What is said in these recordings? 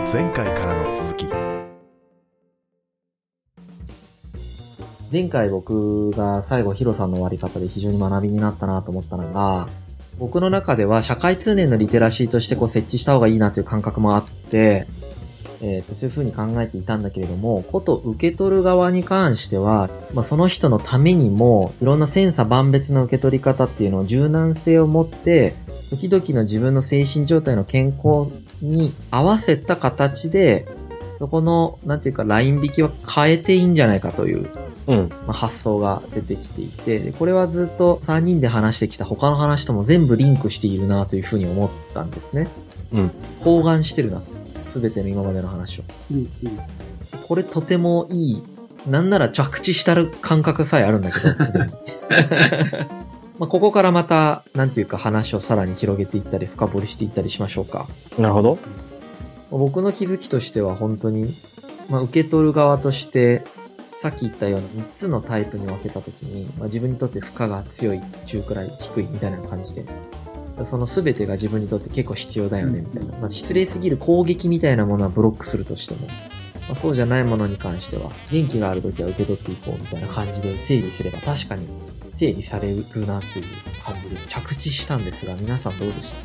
前回からの続き。 前回僕が最後ヒロさんの終わり方で非常に学びになったなと思ったのが、僕の中では社会通念のリテラシーとして設置した方がいいなという感覚もあって、そういう風に考えていたんだけれども、こと受け取る側に関しては、その人のためにもいろんな千差万別の受け取り方っていうのを柔軟性を持って、時々の自分の精神状態の健康に合わせた形で、そこの、ライン引きは変えていいんじゃないかという、発想が出てきていて、でこれはずっと3人で話してきた他の話とも全部リンクしているなというふうに思ったんですね。包含してるな。すべての今までの話を。これとてもいい。なんなら着地したる感覚さえあるんだけど、すでに。ここからまた、話をさらに広げていったり、深掘りしていったりしましょうか。 なるほど。 僕の気づきとしては本当に、受け取る側として、さっき言ったような3つのタイプに分けたときに、自分にとって負荷が強い、中くらい、低いみたいな感じで、その全てが自分にとって結構必要だよね、みたいな。失礼すぎる攻撃みたいなものはブロックするとしても、そうじゃないものに関しては、元気があるときは受け取っていこうみたいな感じで整理すれば確かに整理されるなっていう感じで着地したんですが、皆さんどうでした？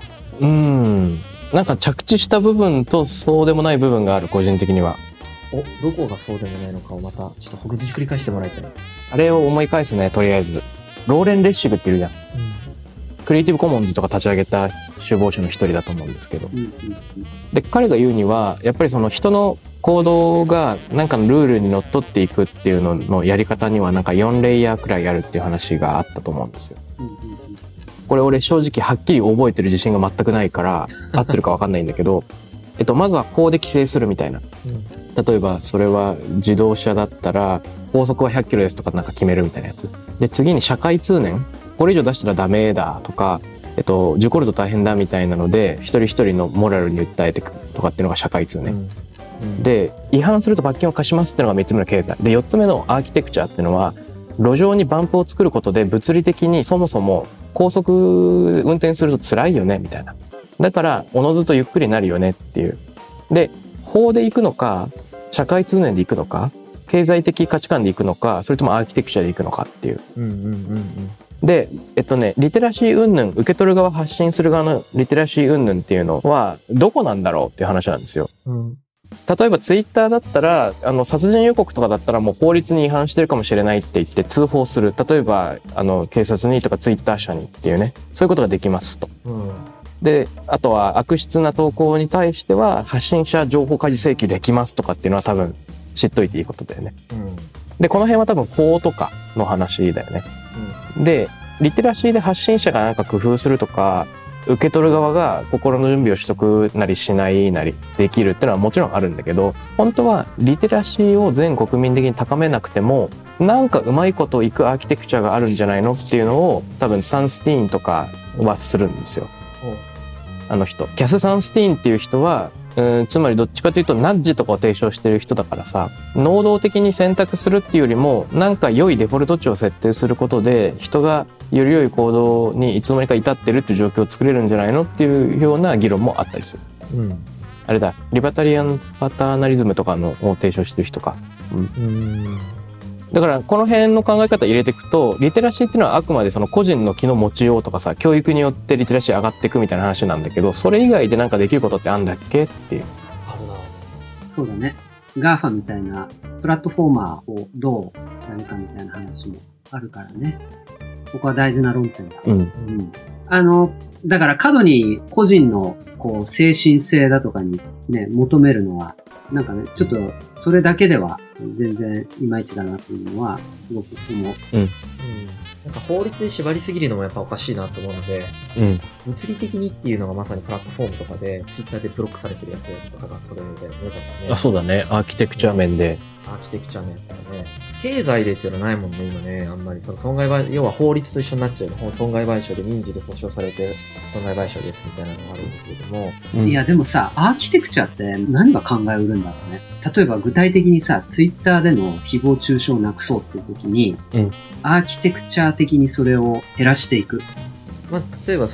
着地した部分とそうでもない部分がある、個人的には。 どこがそうでもないのかをまたちょっとほぐり返してもらいたい。 あれを思い返すね、とりあえず。ローレン・レッシグっているじゃん。クリエイティブコモンズとか立ち上げた首謀者の一人だと思うんですけど。で、彼が言うには、やっぱりその人の行動がなんかのルールにのっとっていくっていうののやり方には4レイヤーくらいあるっていう話があったと思うんですよ。これ俺正直はっきり覚えてる自信が全くないから合ってるか分かんないんだけど、まずは法で規制するみたいな。例えばそれは自動車だったら高速は100キロですとか決めるみたいなやつ。で、次に社会通念。これ以上出したらダメだとか、事故ると大変だみたいなので、一人一人のモラルに訴えていくとかっていうのが社会通念。で、違反すると罰金を課しますっていうのが3つ目の経済。で、4つ目のアーキテクチャっていうのは、路上にバンプを作ることで物理的にそもそも高速運転すると辛いよねみたいな。だからおのずとゆっくりになるよねっていう。で、法で行くのか、社会通念で行くのか、経済的価値観で行くのか、それともアーキテクチャで行くのかっていう。で、リテラシー云々、受け取る側発信する側のリテラシー云々っていうのはどこなんだろうっていう話なんですよ。例えばツイッターだったら、殺人予告とかだったらもう法律に違反してるかもしれないって言って通報する。例えば、警察にとかツイッター社にっていうね、そういうことができますと。で、あとは悪質な投稿に対しては発信者情報開示請求できますとかっていうのは多分知っといていいことだよね。で、この辺は多分法とかの話だよね。で、リテラシーで発信者が工夫するとか、受け取る側が心の準備をしとくなりしないなりできるっていうのはもちろんあるんだけど、本当はリテラシーを全国民的に高めなくてもうまいこといくアーキテクチャがあるんじゃないのっていうのを多分サンスティーンとかはするんですよ。キャス・サンスティーンっていう人はつまりどっちかというとナッジとかを提唱してる人だからさ、能動的に選択するっていうよりも良いデフォルト値を設定することで人がより良い行動にいつの間にか至ってるっていう状況を作れるんじゃないのっていうような議論もあったりする。あれだ、リバタリアンパターナリズムとかのを提唱してる人か。だからこの辺の考え方入れていくと、リテラシーっていうのはあくまでその個人の気の持ちようとかさ、教育によってリテラシー上がっていくみたいな話なんだけど、それ以外でできることってあんだっけっていう。 そうだね。GAFA みたいなプラットフォーマーをどうやるかみたいな話もあるからね。ここは大事な論点だ。だから過度に個人の精神性だとかにね、求めるのは、ちょっとそれだけでは全然いまいちだなというのはすごく思う。 法律で縛りすぎるのもやっぱおかしいなと思うので、物理的にっていうのがまさにプラットフォームとかでツイッターでブロックされてるやつとかがそれでよかったね。 そうだね。アーキテクチャ面で。 アーキテクチャのやつだね。経済でっていうのはないもんね、今ね。あんまりその損害賠償、要は法律と一緒になっちゃうの。損害賠償で民事で訴訟されて損害賠償ですみたいなのがあるんだけれども。 いや、でもさ、アーキテクチャって何が考えうるんだろうね。例えば具体的にさ、ツイッターでの誹謗中傷をなくそうっていう時に、アーキテクチャ的にそれを減らしていく。 例えばその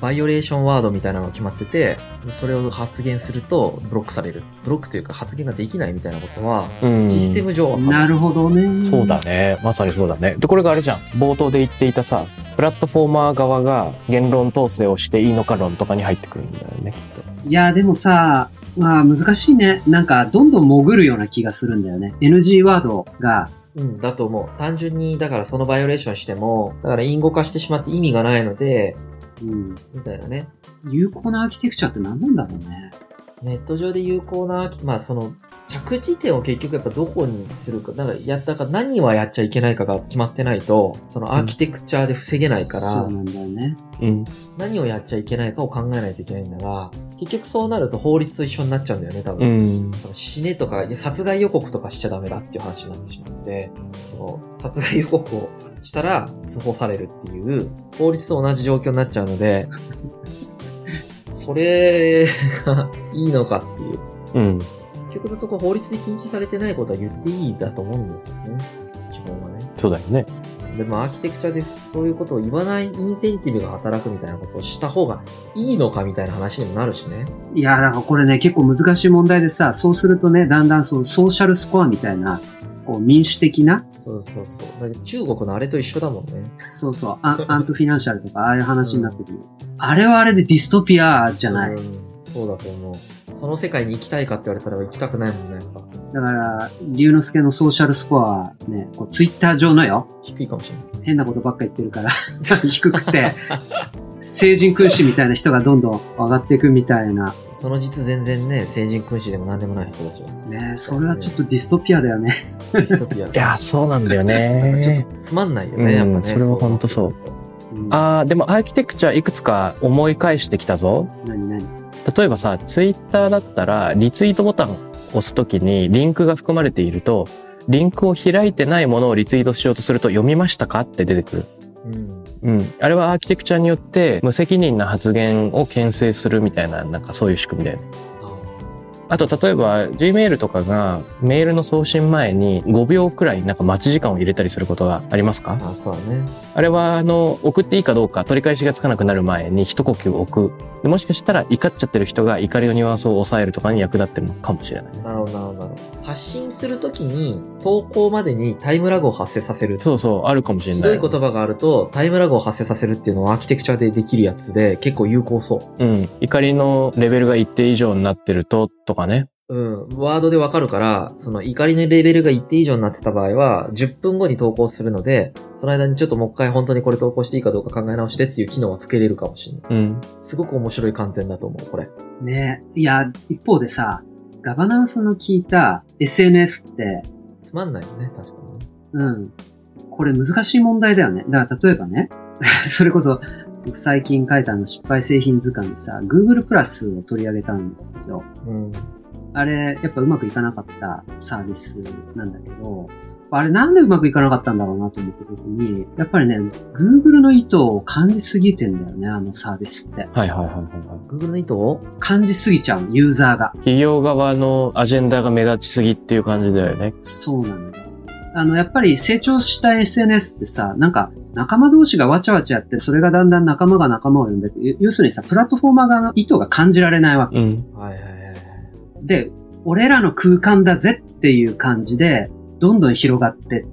バイオレーションワードみたいなのが決まってて、それを発言するとブロックされる。ブロックというか発言ができないみたいなことは、システム上はなるほどね。 そうだね。まさにそうだね。で、これがあれじゃん。冒頭で言っていたさ、プラットフォーマー側が言論統制をしていいのか論とかに入ってくるんだよね、きっと。 いや、でもさ、まあ難しいね。なんか、どんどん潜るような気がするんだよね。NG ワードが。 だと思う。単純に、だからそのバイオレーションしても、だから隠語化してしまって意味がないので、みたいなね。 有効なアーキテクチャって何なんだろうね。 ネット上で有効な、まあその、着地点を結局やっぱどこにするか、だから何はやっちゃいけないかが決まってないと、そのアーキテクチャで防げないから、 そうなんだよね。 何をやっちゃいけないかを考えないといけないんだが、結局そうなると法律と一緒になっちゃうんだよね、多分。その死ねとか、殺害予告とかしちゃダメだっていう話になってしまって、その殺害予告をしたら通報されるっていう、法律と同じ状況になっちゃうので、それがいいのかっていう。結局のところ法律で禁止されてないことは言っていいだと思うんですよね。基本はね。 そうだよね。 でもアーキテクチャでそういうことを言わないインセンティブが働くみたいなことをした方がいいのかみたいな話にもなるしね。 いや、だからこれね、結構難しい問題でさ、そうするとね、だんだんソーシャルスコアみたいな、こう民主的な。 そうそうそう。だから中国のあれと一緒だもんね。 そうそう。アントフィナンシャルとか、ああいう話になってくる。あれはあれでディストピアじゃない。 そうだと思う。その世界に行きたいかって言われたら行きたくないもんね、やっぱ。 だから、龍之介のソーシャルスコアね、こうツイッター上のよ。 低いかもしれない。 変なことばっか言ってるから、低くて、聖人君子みたいな人がどんどん上がっていくみたいな。 その実全然ね、聖人君子でも何でもない人たちは。 ね、それはちょっとディストピアだよね。 ディストピア。 いや、そうなんだよね。 ちょっとつまんないよね、やっぱね。 それは本当そう。でもアーキテクチャいくつか思い返してきたぞ。 何例えばさ、ツイッターだったら、リツイートボタンを押すときにリンクが含まれていると、リンクを開いてないものをリツイートしようとすると読みましたかって出てくる。あれはアーキテクチャによって無責任な発言を牽制するみたいな、なんかそういう仕組みだよね。あと、例えば Gmail とかがメールの送信前に5秒くらいなんか待ち時間を入れたりすることがありますか？ そうだね。 あれは送っていいかどうか取り返しがつかなくなる前に一呼吸置く。でもしかしたら怒っちゃってる人が怒りのニュアンスを抑えるとかに役立ってるのかもしれない。 なるほど、なるほど。発信するときに投稿までにタイムラグを発生させる。 そうそう、あるかもしれない。 ひどい言葉があるとタイムラグを発生させるっていうのはアーキテクチャでできるやつで結構有効そう。 怒りのレベルが一定以上になってるとかね。 ワードでわかるから、その怒りのレベルが一定以上になってた場合は、10分後に投稿するので、その間にちょっともう一回本当にこれ投稿していいかどうか考え直してっていう機能はつけれるかもしれない。すごく面白い観点だと思う、これ。 ねえ。いや、一方でさ、ガバナンスの効いた SNS って、 つまんないよね、確かに。 これ難しい問題だよね。だから例えばね、それこそ、最近書いた失敗製品図鑑でさ、Google プラスを取り上げたんですよ。あれ、やっぱうまくいかなかったサービスなんだけど、あれなんでうまくいかなかったんだろうなと思った時に、やっぱりね、Google の意図を感じすぎてんだよね、あのサービスって。 Google の意図を感じすぎちゃう、ユーザーが。 企業側のアジェンダが目立ちすぎっていう感じだよね。 そうなんだよ。やっぱり成長した SNS ってさ、なんか仲間同士がわちゃわちゃやって、それがだんだん仲間が仲間を呼んでて、要するにさ、プラットフォーマー側の意図が感じられないわけ。で、俺らの空間だぜっていう感じで、どんどん広がってって、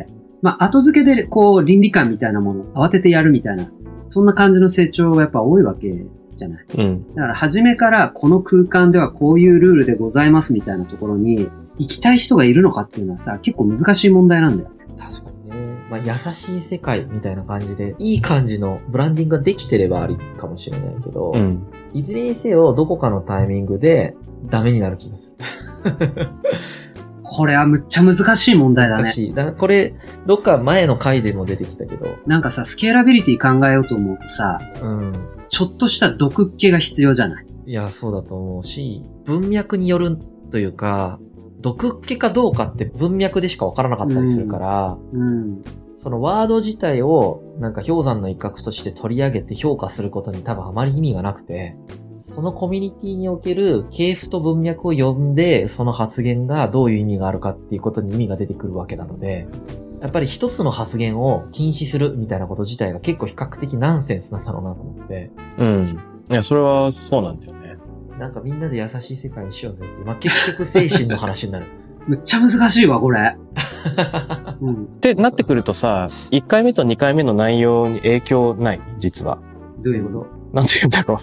後付けでこう倫理観みたいなものを慌ててやるみたいな、そんな感じの成長がやっぱ多いわけじゃない。だから初めからこの空間ではこういうルールでございますみたいなところに行きたい人がいるのかっていうのはさ、結構難しい問題なんだよ。 確かにね。優しい世界みたいな感じで、いい感じのブランディングができてればありかもしれないけど、いずれにせよどこかのタイミングでダメになる気がする。 これはむっちゃ難しい問題だね。 難しい。だからこれ、どっか前の回でも出てきたけど。 なんかさ、スケーラビリティ考えようと思うとさ、ちょっとした毒っ気が必要じゃない？ いや、そうだと思うし、文脈によるというか、毒っ気かどうかって文脈でしかわからなかったりするから、そのワード自体をなんか氷山の一角として取り上げて評価することに多分あまり意味がなくて、そのコミュニティにおける系譜と文脈を読んで、その発言がどういう意味があるかっていうことに意味が出てくるわけなので、 やっぱり一つの発言を禁止するみたいなこと自体が結構比較的ナンセンスなんだろうなと思って。 うん。いや、それはそうなんだよね。 なんかみんなで優しい世界にしようぜっていう。まあ、結局精神の話になる。 むっちゃ難しいわ、これ。 うん。ってなってくるとさ、1回目と2回目の内容に影響ない実は。 どういうこと？ なんて言うんだろう。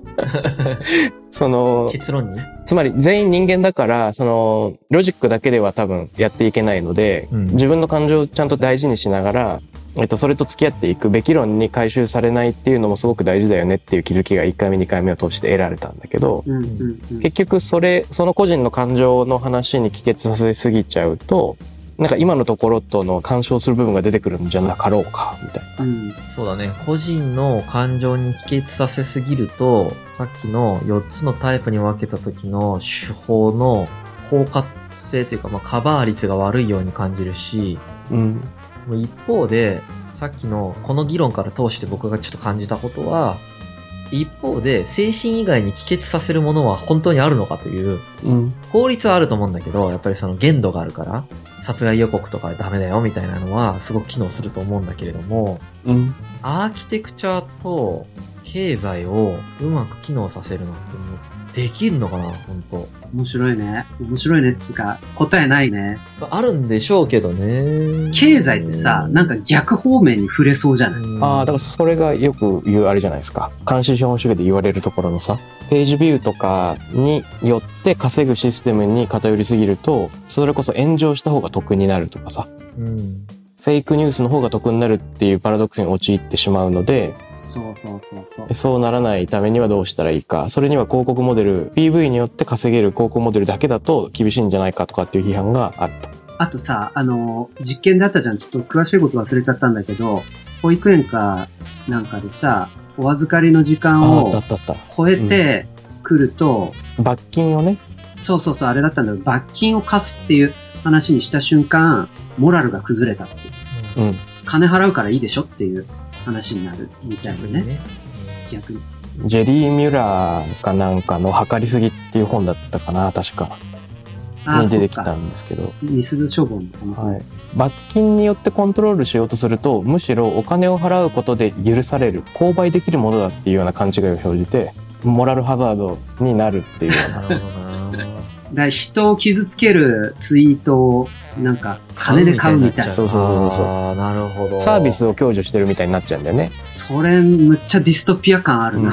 結論に？ つまり全員人間だから、ロジックだけでは多分やっていけないので、自分の感情をちゃんと大事にしながら、それと付き合っていくべき論に回収されないっていうのもすごく大事だよねっていう気づきが1回目2回目を通して得られたんだけど、結局その個人の感情の話に帰結させすぎちゃうと、なんか今のところとの干渉する部分が出てくるんじゃなかろうか、みたいな。 そうだね。個人の感情に帰結させすぎると、さっきの4つのタイプに分けた時の手法の包括性というか、カバー率が悪いように感じるし、一方で、さっきのこの議論から通して僕がちょっと感じたことは、一方で精神以外に帰結させるものは本当にあるのかという、法律はあると思うんだけど、やっぱり限度があるから、殺害予告とかダメだよみたいなのはすごく機能すると思うんだけれども、アーキテクチャと経済をうまく機能させるのってもうできるのかな、本当。 面白いね。面白いねっていうか、答えないね。 あるんでしょうけどね。 経済ってさ、なんか逆方面に触れそうじゃない？ だからそれがよく言うあれじゃないですか。監視資本主義で言われるところのさ、ページビューとかによって稼ぐシステムに偏りすぎると、それこそ炎上した方が得になるとかさ。フェイクニュースの方が得になるっていうパラドックスに陥ってしまうので、そうならないためにはどうしたらいいか。それには広告モデル、PV によって稼げる広告モデルだけだと厳しいんじゃないかとかっていう批判があると。 あとさ、実験であったじゃん。ちょっと詳しいこと忘れちゃったんだけど、保育園かなんかでさ、お預かりの時間を超えてくると、 罰金をね。 そうあれだったんだけど、罰金を課すっていう話にした瞬間、モラルが崩れたっていう。金払うからいいでしょっていう話になるみたいなね。逆に。 ジェリー・ミュラーかなんかの測りすぎっていう本だったかな、確か。に出てきたんですけど。 ミス処分の、罰金によってコントロールしようとすると、むしろお金を払うことで許される、購買できるものだっていうような勘違いを生じて、モラルハザードになるっていうような。 なるほどな。 だから人を傷つけるツイートをなんか金で買うみたいな。 そう。 なるほど。 サービスを享受してるみたいになっちゃうんだよね。 それむっちゃディストピア感あるな。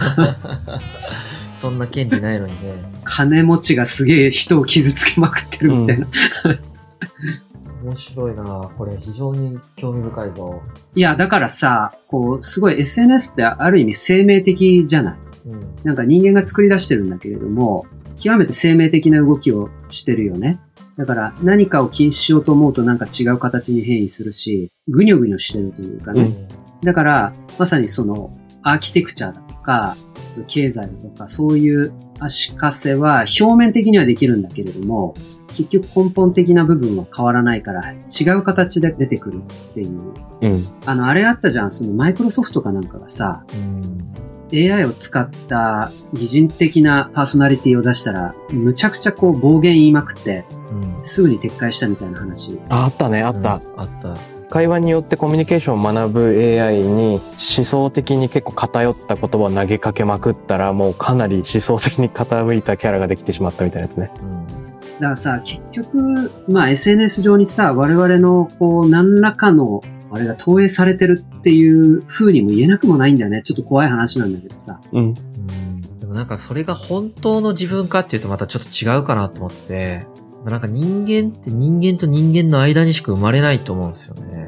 そんな権利ないのにね。 金持ちがすげえ人を傷つけまくってるみたいな。 面白いな。これ非常に興味深いぞ。 いや、だからさ、すごい SNS ってある意味生命的じゃない。なんか人間が作り出してるんだけれども、極めて生命的な動きをしてるよね。だから何かを禁止しようと思うとなんか違う形に変異するし、ぐにょぐにょしてるというかね。だからまさにアーキテクチャだとか、経済だとかそういう足かせは表面的にはできるんだけれども、結局根本的な部分は変わらないから違う形で出てくるっていう。あれあったじゃん、マイクロソフトかなんかがさ、AI を使った擬人的なパーソナリティを出したら、むちゃくちゃ暴言言いまくって、すぐに撤回したみたいな話。 あったね、あった。会話によってコミュニケーションを学ぶ AI に思想的に結構偏った言葉を投げかけまくったら、もうかなり思想的に傾いたキャラができてしまったみたいなやつね。 だからさ、結局、SNS 上にさ、我々の何らかのあれが投影されてるっていう風にも言えなくもないんだよね。ちょっと怖い話なんだけどさ。 でもなんかそれが本当の自分かっていうとまたちょっと違うかなと思ってて、なんか人間って人間と人間の間にしか生まれないと思うんですよね。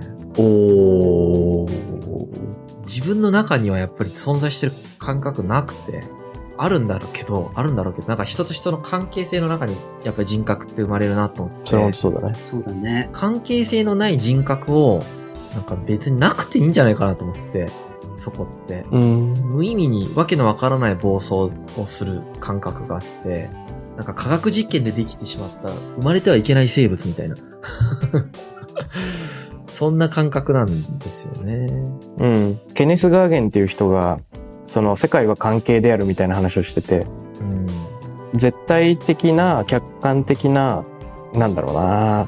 自分の中にはやっぱり存在してる感覚なくて、あるんだろうけど、なんか人と人の関係性の中にやっぱり人格って生まれるなと思ってて。 それはそうだね。 そうだね。 関係性のない人格をなんか別になくていいんじゃないかなと思ってて、そこって。無意味にわけのわからない暴走をする感覚があって、なんか科学実験でできてしまった生まれてはいけない生物みたいな。そんな感覚なんですよね。 ケネス・ガーゲンっていう人が、世界は関係であるみたいな話をしてて、絶対的な客観的な、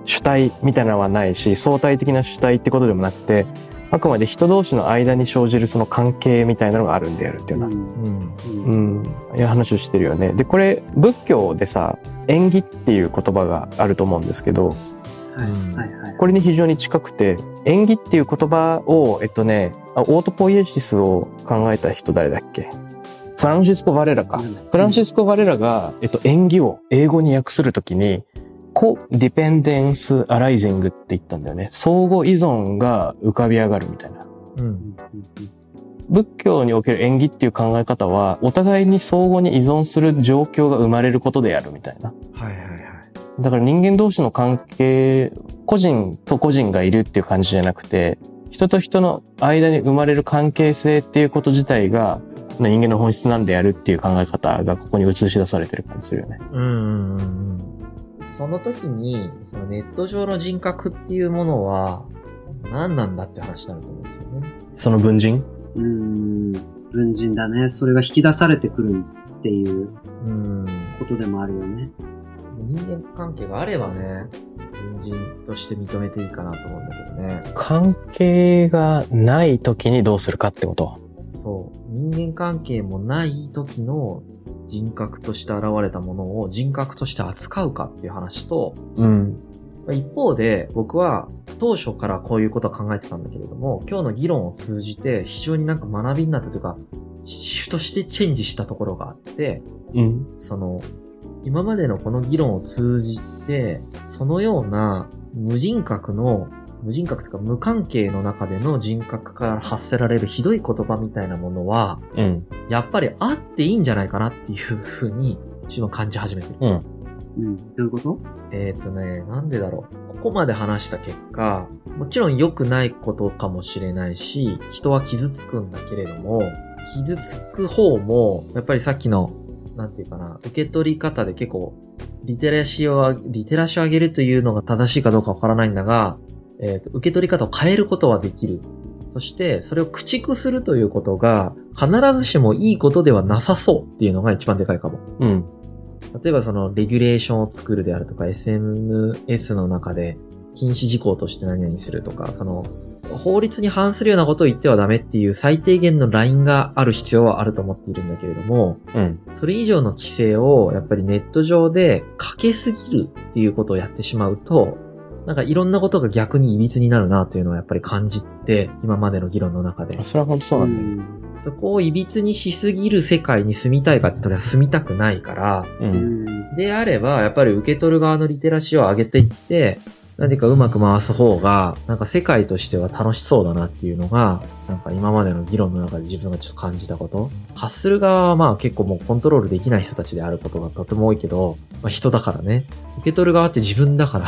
主体みたいなのはないし、相対的な主体ってことでもなくて、あくまで人同士の間に生じるその関係みたいなのがあるんであるっていうような、いう話をしてるよね。でこれ仏教でさ、縁起っていう言葉があると思うんですけど、これに非常に近くて、縁起っていう言葉をオートポイエシスを考えた人誰だっけ？フランシスコ・バレラか。フランシスコ・バレラが縁起を英語に訳するときにコ・ディペンデンス・アライジングって言ったんだよね。相互依存が浮かび上がるみたいな。仏教における縁起っていう考え方は、お互いに相互に依存する状況が生まれることであるみたいな。だから人間同士の関係、個人と個人がいるっていう感じじゃなくて、人と人の間に生まれる関係性っていうこと自体が人間の本質なんであるっていう考え方がここに映し出されてる感じするよね。 その時に、そのネット上の人格っていうものは何なんだって話になると思うんですよね。 その文人？ 文人だね。それが引き出されてくるっていうことでもあるよね。 人間関係があればね、文人として認めていいかなと思うんだけどね。 関係がない時にどうするかってこと？ そう。人間関係もない時の人格として現れたものを人格として扱うかっていう話と、一方で僕は当初からこういうことを考えてたんだけれども、今日の議論を通じて非常になんか学びになったというか、シフトしてチェンジしたところがあって、その今までのこの議論を通じて、そのような無人格というか無関係の中での人格から発せられるひどい言葉みたいなものは、やっぱりあっていいんじゃないかなっていうふうに自分は感じ始めてる。 どういうこと？ なんでだろう。ここまで話した結果、もちろん良くないことかもしれないし、人は傷つくんだけれども、傷つく方も、やっぱりさっきのなんていうかな、受け取り方で結構、リテラシーを上げるというのが正しいかどうかわからないんだが、受け取り方を変えることはできる。そして、それを駆逐するということが、必ずしもいいことではなさそうっていうのが一番でかいかも。例えばその、レギュレーションを作るであるとか、SMS の中で禁止事項として何々するとか、その、法律に反するようなことを言ってはダメっていう最低限のラインがある必要はあると思っているんだけれども、それ以上の規制をやっぱりネット上でかけすぎるっていうことをやってしまうと、なんかいろんなことが逆に歪になるなというのはやっぱり感じて、今までの議論の中で。 それは本当そうなんだよ。 そこを歪にしすぎる世界に住みたいかって言ったら住みたくないから、であればやっぱり受け取る側のリテラシーを上げていって、何かうまく回す方が、なんか世界としては楽しそうだなっていうのが、なんか今までの議論の中で自分がちょっと感じたこと。発する側はまあ結構もうコントロールできない人たちであることがとても多いけど、まあ人だからね。受け取る側って自分だから。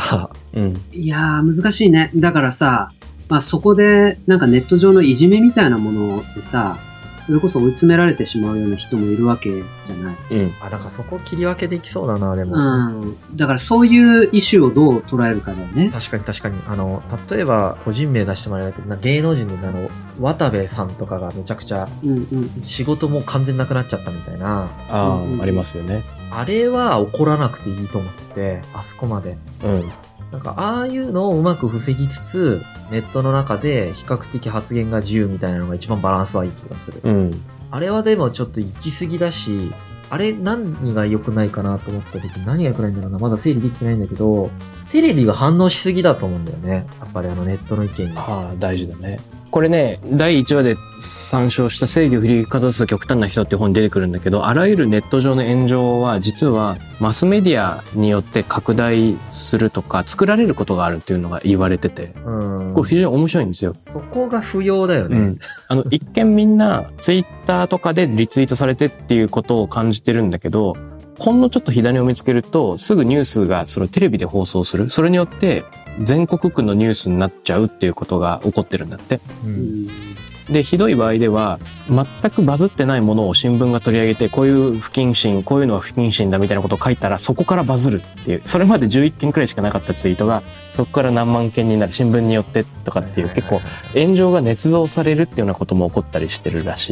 いやー難しいね。だからさ、まあそこでなんかネット上のいじめみたいなものでさ、それこそ追い詰められてしまうような人もいるわけじゃない。 なんかそこ切り分けできそうだな、でも。 だからそういうイシューをどう捉えるかだよね。 確かに。例えば、個人名出してもらえないけど、芸能人で渡部さんとかがめちゃくちゃ、仕事も完全なくなっちゃったみたいな。 ありますよね。 あれは怒らなくていいと思ってて、あそこまで。なんか、ああいうのをうまく防ぎつつ、ネットの中で比較的発言が自由みたいなのが一番バランスはいい気がする。あれはでもちょっと行き過ぎだし、あれ何が良くないかなと思った時に何が良くないんだろうな。まだ整理できてないんだけど、テレビが反応しすぎだと思うんだよね。やっぱりネットの意見に。 大事だね。これね、第1話で参照した正義を振りかざす極端な人って本に出てくるんだけど、あらゆるネット上の炎上は実はマスメディアによって拡大するとか作られることがあるっていうのが言われてて、これ非常に面白いんですよ。 そこが不要だよね。 一見みんなツイッターとかでリツイートされてっていうことを感じてるんだけど、ほんのちょっと火種を見つけるとすぐニュースがそれをテレビで放送する。それによって全国区のニュースになっちゃうっていうことが起こってるんだって。で、ひどい場合では全くバズってないものを新聞が取り上げて、こういう不謹慎、こういうのは不謹慎だみたいなことを書いたら、そこからバズるっていう、それまで11件くらいしかなかったツイートがそこから何万件になる、新聞によってとかっていう、結構炎上が捏造されるっていうようなことも起こったりしてるらしい。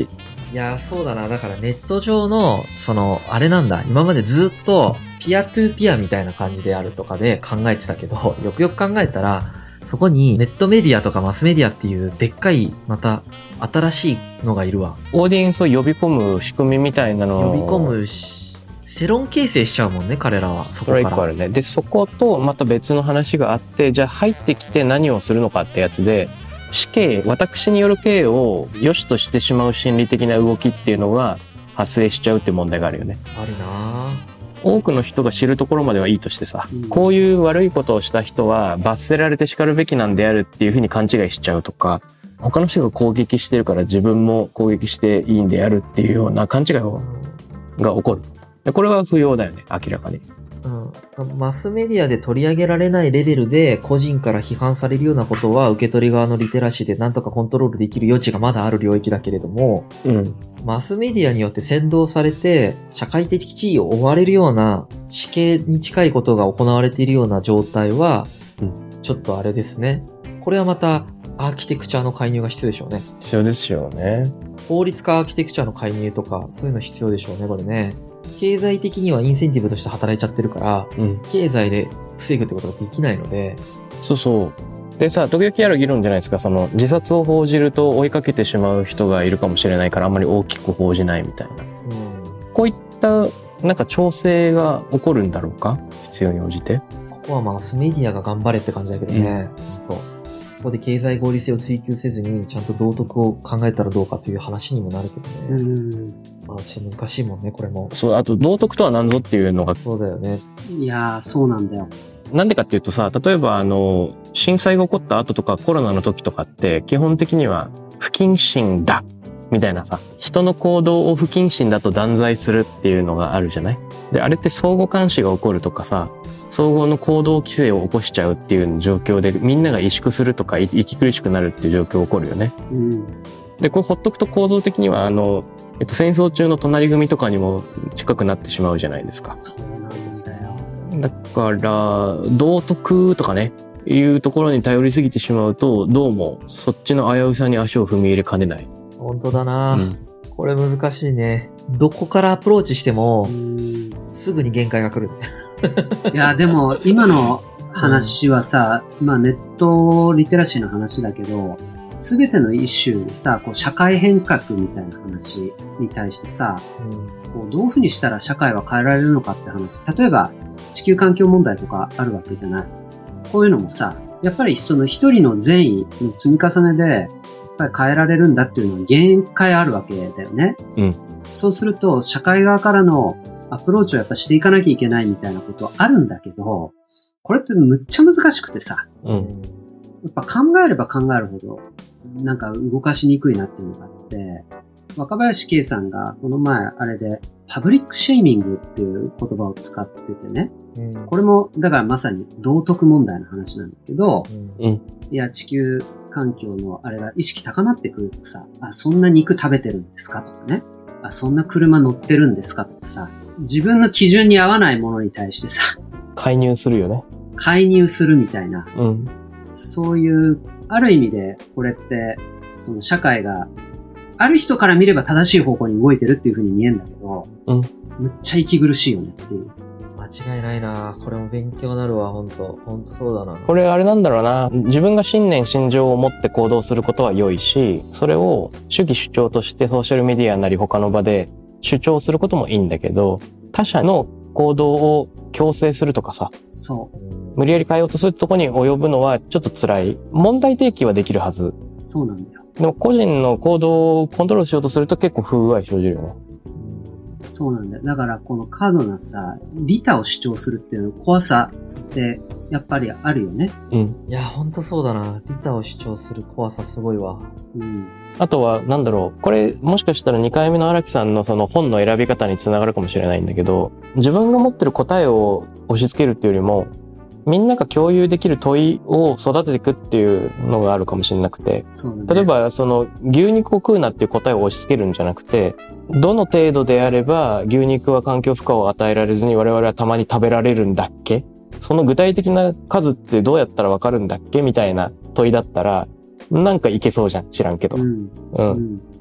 いや、そうだな。だからネット上の、あれなんだ。今までずっと、ピアトゥーピアみたいな感じであるとかで考えてたけど、よくよく考えたら、そこにネットメディアとかマスメディアっていうでっかい、また、新しいのがいるわ。 オーディエンスを呼び込む仕組みみたいなのを。 呼び込むし、世論形成しちゃうもんね、彼らは。そこから。 それ一個あるね。で、そことまた別の話があって、じゃあ入ってきて何をするのかってやつで、死刑、私による刑を良しとしてしまう心理的な動きっていうのが発生しちゃうって問題があるよね。 あるなぁ。 多くの人が知るところまではいいとしてさ、こういう悪いことをした人は罰せられて叱るべきなんであるっていうふうに勘違いしちゃうとか、他の人が攻撃してるから自分も攻撃していいんであるっていうような勘違いが起こる。でこれは不要だよね、明らかに。 マスメディアで取り上げられないレベルで個人から批判されるようなことは受け取り側のリテラシーでなんとかコントロールできる余地がまだある領域だけれども、マスメディアによって扇動されて社会的地位を追われるような死刑に近いことが行われているような状態は、ちょっとあれですね。これはまたアーキテクチャの介入が必要でしょうね。 必要ですよね。 法律かアーキテクチャの介入とかそういうの必要でしょうね、これね。経済的にはインセンティブとして働いちゃってるから、経済で防ぐってことができないので。 そうそう。でさ、時々ある議論じゃないですか、自殺を報じると追いかけてしまう人がいるかもしれないからあんまり大きく報じないみたいな。こういったなんか調整が起こるんだろうか、必要に応じて。 ここはマスメディアが頑張れって感じだけどね。そこで経済合理性を追求せずにちゃんと道徳を考えたらどうかという話にもなるけどね。ちょっと難しいもんね、これも。 そう、あと道徳とは何ぞっていうのが。 そうだよね。 いやー、そうなんだよ。 なんでかっていうとさ、例えば震災が起こった後とかコロナの時とかって基本的には不謹慎だみたいなさ、人の行動を不謹慎だと断罪するっていうのがあるじゃない？で、あれって相互監視が起こるとかさ、総合の行動規制を起こしちゃうっていう状況でみんなが萎縮するとか息苦しくなるっていう状況が起こるよね。で、これほっとくと構造的には戦争中の隣組とかにも近くなってしまうじゃないですか。 そうなんだよ。 だから道徳とかねいうところに頼りすぎてしまうと、どうもそっちの危うさに足を踏み入れかねない。 本当だな、これ難しいね。どこからアプローチしてもすぐに限界が来る。 いや、でも今の話はさ、まあネットリテラシーの話だけど、すべてのイシューでさ、こう社会変革みたいな話に対してさ、こうどういうふうにしたら社会は変えられるのかって話。例えば地球環境問題とかあるわけじゃない。こういうのもさ、やっぱりその一人の善意の積み重ねで、やっぱり変えられるんだっていうのは限界あるわけだよね。そうすると社会側からのアプローチをやっぱしていかなきゃいけないみたいなことはあるんだけど、これってむっちゃ難しくてさ、やっぱ考えれば考えるほどなんか動かしにくいなっていうのがあって、若林圭さんがこの前あれでパブリックシェイミングっていう言葉を使っててね、これもだからまさに道徳問題の話なんだけど、いや地球環境のあれが意識高まってくるとさ、あ、そんな肉食べてるんですかとかね、あ、そんな車乗ってるんですかとかさ、自分の基準に合わないものに対してさ、 介入するよね。 介入するみたいな、そういうある意味でこれってその社会がある人から見れば正しい方向に動いてるっていう風に見えるんだけど、むっちゃ息苦しいよねっていう。 間違いないな。これも勉強になるわ。本当そうだな。 これあれなんだろうな。自分が信念信条を持って行動することは良いし、それを主義主張としてソーシャルメディアなり他の場で主張することもいいんだけど、他者の行動を強制するとかさ、無理やり変えようとするところに及ぶのはちょっと辛い。問題提起はできるはず。 そうなんだよ。 でも個人の行動をコントロールしようとすると結構不具合生じるよね。 そうなんだよ。だからこの過度なさ、利他を主張するっていうの怖さってやっぱりあるよね。 いや、ほんとそうだな。利他を主張する怖さすごいわ。 あとは、なんだろう。これ、もしかしたら2回目の荒木さんのその本の選び方につながるかもしれないんだけど、自分が持ってる答えを押し付けるっていうよりも、みんなが共有できる問いを育てていくっていうのがあるかもしれなくて、例えばその牛肉を食うなっていう答えを押し付けるんじゃなくて、どの程度であれば牛肉は環境負荷を与えられずに我々はたまに食べられるんだっけ？その具体的な数ってどうやったらわかるんだっけみたいな問いだったら、なんかいけそうじゃん、知らんけど。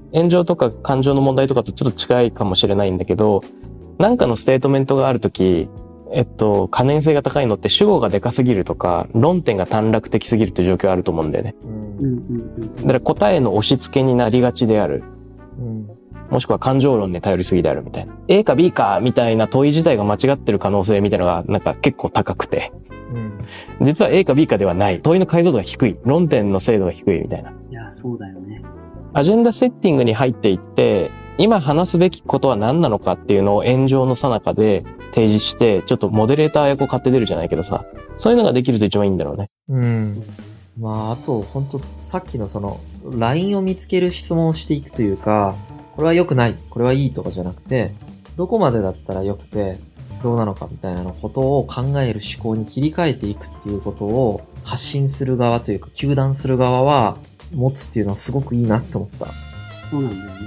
炎上とか感情の問題とかとちょっと近いかもしれないんだけど、なんかのステートメントがあるとき、可燃性が高いのって主語がでかすぎるとか、論点が短絡的すぎるという状況あると思うんだよね。だから答えの押し付けになりがちである。もしくは感情論に頼りすぎであるみたいな。A か B かみたいな問い自体が間違ってる可能性みたいなのがなんか結構高くて。実は A か B かではない。問いの解像度が低い。論点の精度が低いみたいな。 いや、そうだよね。 アジェンダセッティングに入っていって、今話すべきことは何なのかっていうのを炎上の最中で提示して、ちょっとモデレーター役を買って出るじゃないけどさ、そういうのができると一番いいんだろうね。 まあ、あと、本当さっきのその、ラインを見つける質問をしていくというか、これは良くない、これはいいとかじゃなくて、どこまでだったら良くて、どうなのかみたいなことを考える思考に切り替えていくっていうことを発信する側というか、糾弾する側は持つっていうのはすごくいいなって思った。 そうなんだよね。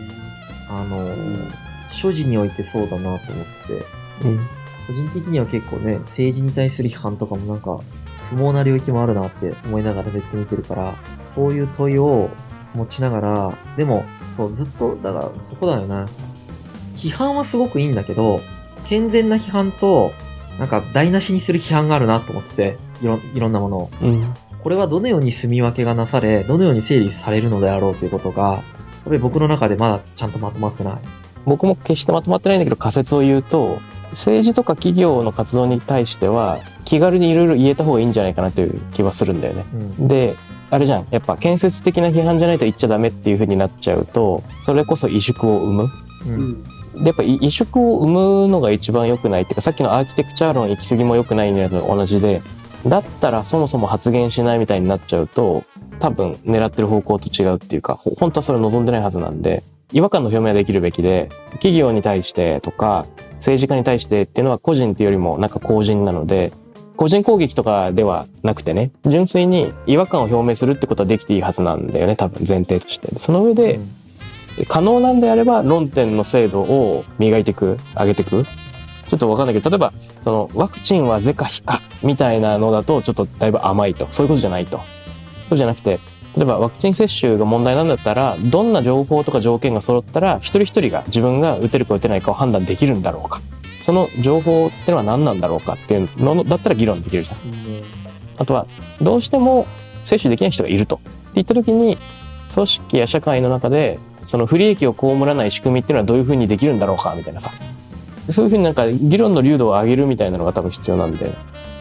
所持においてそうだなと思ってて、個人的には結構ね、政治に対する批判とかもなんか、不毛な領域もあるなって思いながらネット見てるから、そういう問いを持ちながら、でも、そう、ずっと、だからそこだよな。批判はすごくいいんだけど、健全な批判と、なんか台無しにする批判があるなと思ってて、いろんなものを。これはどのように住み分けがなされ、どのように整理されるのであろうということが、やっぱり僕の中でまだちゃんとまとまってない。 僕も決してまとまってないんだけど仮説を言うと、政治とか企業の活動に対しては気軽にいろいろ言えた方がいいんじゃないかなという気はするんだよね。で、あれじゃん。やっぱ建設的な批判じゃないと言っちゃダメっていう風になっちゃうと、それこそ萎縮を生む。で、やっぱ萎縮を生むのが一番良くないっていうか、さっきのアーキテクチャ論行き過ぎも良くないのと同じで、だったらそもそも発言しないみたいになっちゃうと、多分狙ってる方向と違うっていうか、本当はそれを望んでないはずなんで、違和感の表明はできるべきで、企業に対してとか、政治家に対してっていうのは個人っていうよりもなんか公人なので、個人攻撃とかではなくてね、純粋に違和感を表明するってことはできていいはずなんだよね、多分前提として。その上で、可能なんであれば論点の精度を磨いていく、上げていく。ちょっとわかんないけど、例えば、そのワクチンは是か非かみたいなのだとちょっとだいぶ甘いと。そういうことじゃないと。そうじゃなくて、例えばワクチン接種が問題なんだったら、どんな情報とか条件が揃ったら、一人一人が自分が打てるか打てないかを判断できるんだろうか。その情報ってのは何なんだろうかっていうのだったら議論できるじゃん。あとは、どうしても接種できない人がいると。って言った時に、組織や社会の中で、その不利益を被らない仕組みっていうのはどういうふうにできるんだろうかみたいなさ。そういうふうになんか議論の流度を上げるみたいなのが多分必要なんで。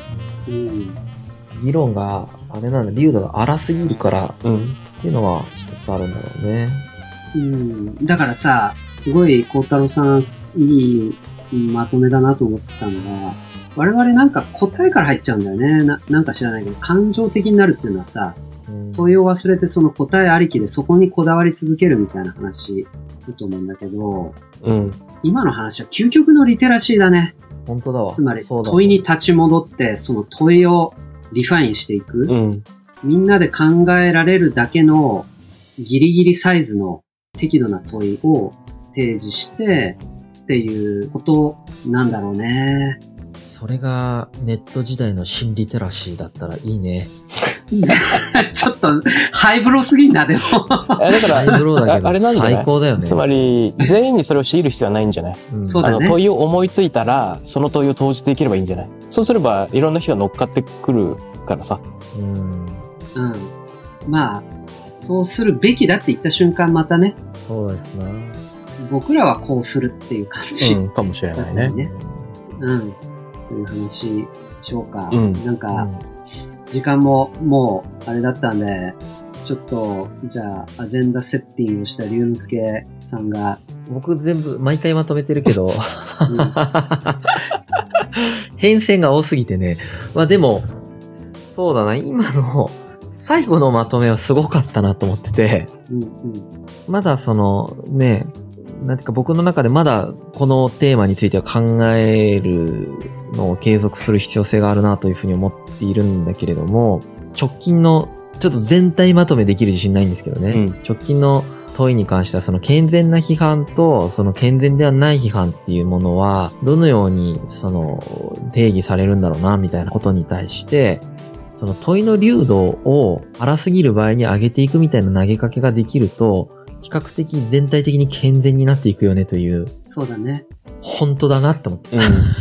議論が、あれなんだ、流度が荒すぎるから、っていうのは一つあるんだろうね。 だからさ、すごい、孝太郎さん、いいまとめだなと思ったのが、我々なんか答えから入っちゃうんだよね。なんか知らないけど、感情的になるっていうのはさ、問いを忘れてその答えありきでそこにこだわり続けるみたいな話だと思うんだけど、今の話は究極のリテラシーだね。 本当だわ。 つまり、問いに立ち戻って、その問いをリファインしていく。みんなで考えられるだけのギリギリサイズの適度な問いを提示してっていうことなんだろうね。 それがネット時代の新リテラシーだったらいいね。 ちょっとハイブローすぎんな、でも。 だからハイブローだけどあれなんじゃない？ 最高だよね。 つまり全員にそれを強いる必要はないんじゃない？ そうだね。 問いを思いついたらその問いを投じていければいいんじゃない？そうすればいろんな人が乗っかってくるからさ。 まあそうするべきだって言った瞬間またね。 そうですな。 僕らはこうするっていう感じ、 かもしれないね。 という話しようか。なんか、時間ももうあれだったんで、ちょっとじゃあアジェンダセッティングをした龍之介さんが、 僕全部毎回まとめてるけど、変遷が多すぎてね。まあでもそうだな、今の最後のまとめはすごかったなと思ってて、まだそのね、なんていうか僕の中でまだこのテーマについては考えるのを継続する必要性があるなというふうに思っているんだけれども、直近のちょっと全体まとめできる自信ないんですけどね、直近の問いに関してはその健全な批判とその健全ではない批判っていうものはどのようにその定義されるんだろうなみたいなことに対して、その問いの流度を荒すぎる場合に上げていくみたいな投げかけができると、 比較的全体的に健全になっていくよねという。 そうだね。 本当だなって思った。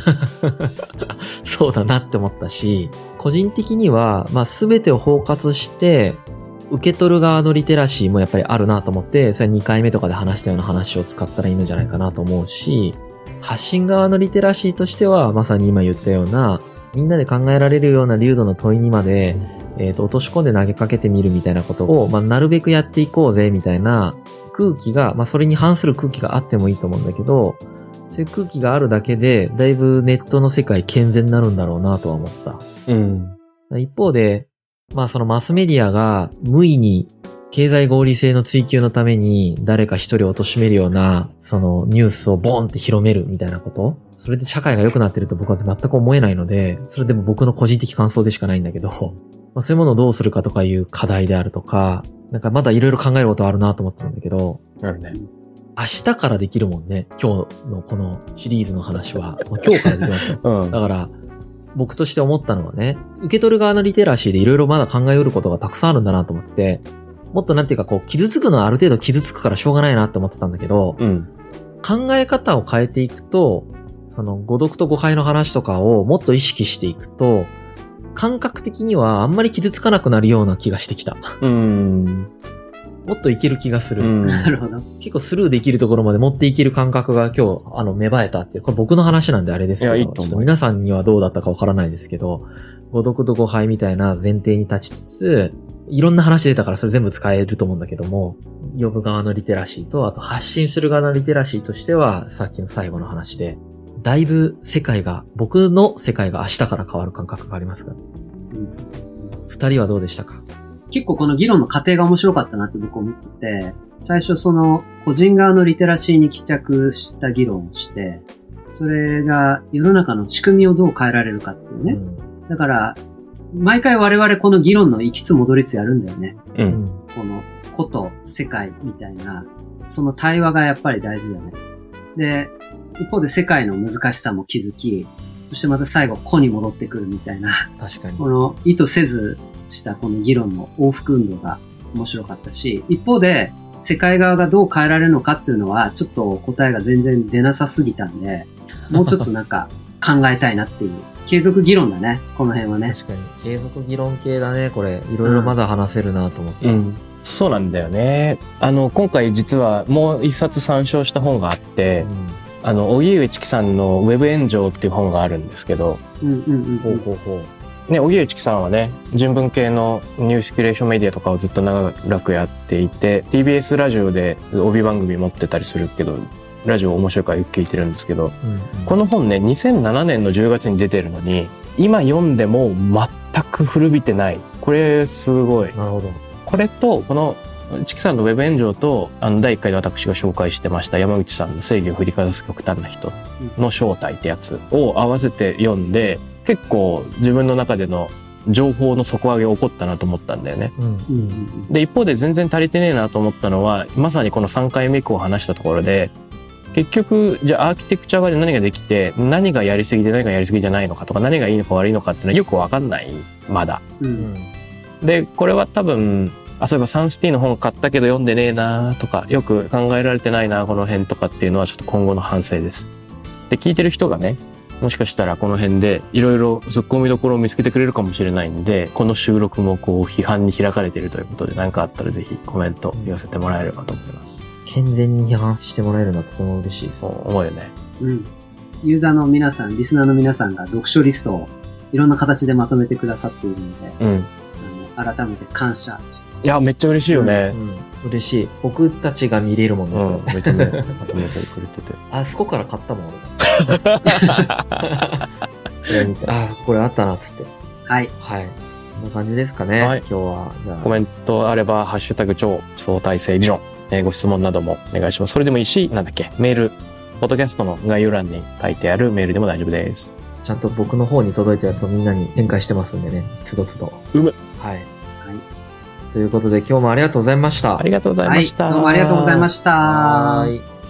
そうだなって思ったし、個人的には、全てを包括して、受け取る側のリテラシーもやっぱりあるなと思って、それは2回目とかで話したような話を使ったらいいのじゃないかなと思うし、発信側のリテラシーとしては、まさに今言ったような、みんなで考えられるような流度の問いにまで、落とし込んで投げかけてみるみたいなことを、なるべくやっていこうぜみたいな空気が、それに反する空気があってもいいと思うんだけど、そういう空気があるだけで、だいぶネットの世界健全になるんだろうなとは思った。一方で、そのマスメディアが無意に経済合理性の追求のために誰か一人を貶めるような、そのニュースをボーンって広めるみたいなこと。それで社会が良くなってると僕は全く思えないので、それでも僕の個人的感想でしかないんだけど、そういうものをどうするかとかいう課題であるとか、まだいろいろ考えることあるなと思ってるんだけど、 なるね。 明日からできるもんね。今日のこのシリーズの話は。今日からできますよ。だから、僕として思ったのはね、受け取る側のリテラシーでいろいろまだ考えうることがたくさんあるんだなと思ってて、もっと傷つくのはある程度傷つくからしょうがないなって思ってたんだけど、考え方を変えていくと、その誤読と誤解の話とかをもっと意識していくと、感覚的にはあんまり傷つかなくなるような気がしてきた。もっといける気がする。 なるほど。 結構スルーできるところまで持っていける感覚が今日、芽生えたっていう。これ僕の話なんであれですけど、ちょっと皆さんにはどうだったかわからないですけど、誤読と誤解みたいな前提に立ちつつ、いろんな話出たからそれ全部使えると思うんだけども、読む側のリテラシーと、あと発信する側のリテラシーとしては、さっきの最後の話で、だいぶ僕の世界が明日から変わる感覚がありますから。二人はどうでしたか？ 結構この議論の過程が面白かったなって僕思ってて、最初その個人側のリテラシーに帰着した議論をして、それが世の中の仕組みをどう変えられるかっていうね。だから、毎回我々この議論の行きつ戻りつやるんだよね。この個と世界みたいな、その対話がやっぱり大事だよね。で、一方で世界の難しさも気づき、そしてまた最後個に戻ってくるみたいな。 確かに。 この意図せずしたこの議論の往復運動が面白かったし、一方で世界側がどう変えられるのかっていうのはちょっと答えが全然出なさすぎたんで、もうちょっと考えたいなっていう。継続議論だね、この辺はね。 確かに。継続議論系だね、これ。いろいろまだ話せるなと思って。 そうなんだよね。今回実はもう一冊参照した本があって、荻上チキさんのウェブ炎上っていう本があるんですけど、ね、荻上チキさんはね、人文系のニュースキュレーションメディアとかをずっと長くやっていて、TBS ラジオで帯番組持ってたりするけど、ラジオ面白いからよく聞いてるんですけど、この本ね、2007年の10月に出てるのに、今読んでも全く古びてない。これすごい。 なるほど。 これと、このチキさんのウェブ炎上と、第1回で私が紹介してました山口さんの正義を振りかざす極端な人の正体ってやつを合わせて読んで、結構自分の中での情報の底上げ起こったなと思ったんだよね。で、一方で全然足りてねえなと思ったのは、まさにこの3回目以降話したところで、結局、じゃあアーキテクチャ側で何ができて、何がやりすぎで何がやりすぎじゃないのかとか、何がいいのか悪いのかっていうのはよくわかんない、まだ。で、これは多分、そういえばサンスティの本買ったけど読んでねえなとか、よく考えられてないなこの辺とかっていうのはちょっと今後の反省です。で、聞いてる人がね、もしかしたらこの辺でいろいろ突っ込みどころを見つけてくれるかもしれないんで、この収録も批判に開かれているということで、何かあったらぜひコメント寄せてもらえればと思います。 健全に批判してもらえるのはとても嬉しいです。 思うよね。 ユーザーの皆さん、リスナーの皆さんが読書リストをいろんな形でまとめてくださっているので、改めて感謝。 いや、めっちゃ嬉しいよね。 嬉しい。僕たちが見れるもんですよ。 めっちゃまとめてくれてて。 あそこから買ったもん、俺。それ見て、これあったな、つって。 はい。 こんな感じですかね。今日は。じゃあ。 コメントあれば、ハッシュタグ超相対性理論、ご質問などもお願いします。それでもいいし、メール、ポッドキャストの概要欄に書いてあるメールでも大丈夫です。 ちゃんと僕の方に届いたやつをみんなに展開してますんでね。つどつど。はい。ということで今日もありがとうございました。 ありがとうございました。 どうもありがとうございました。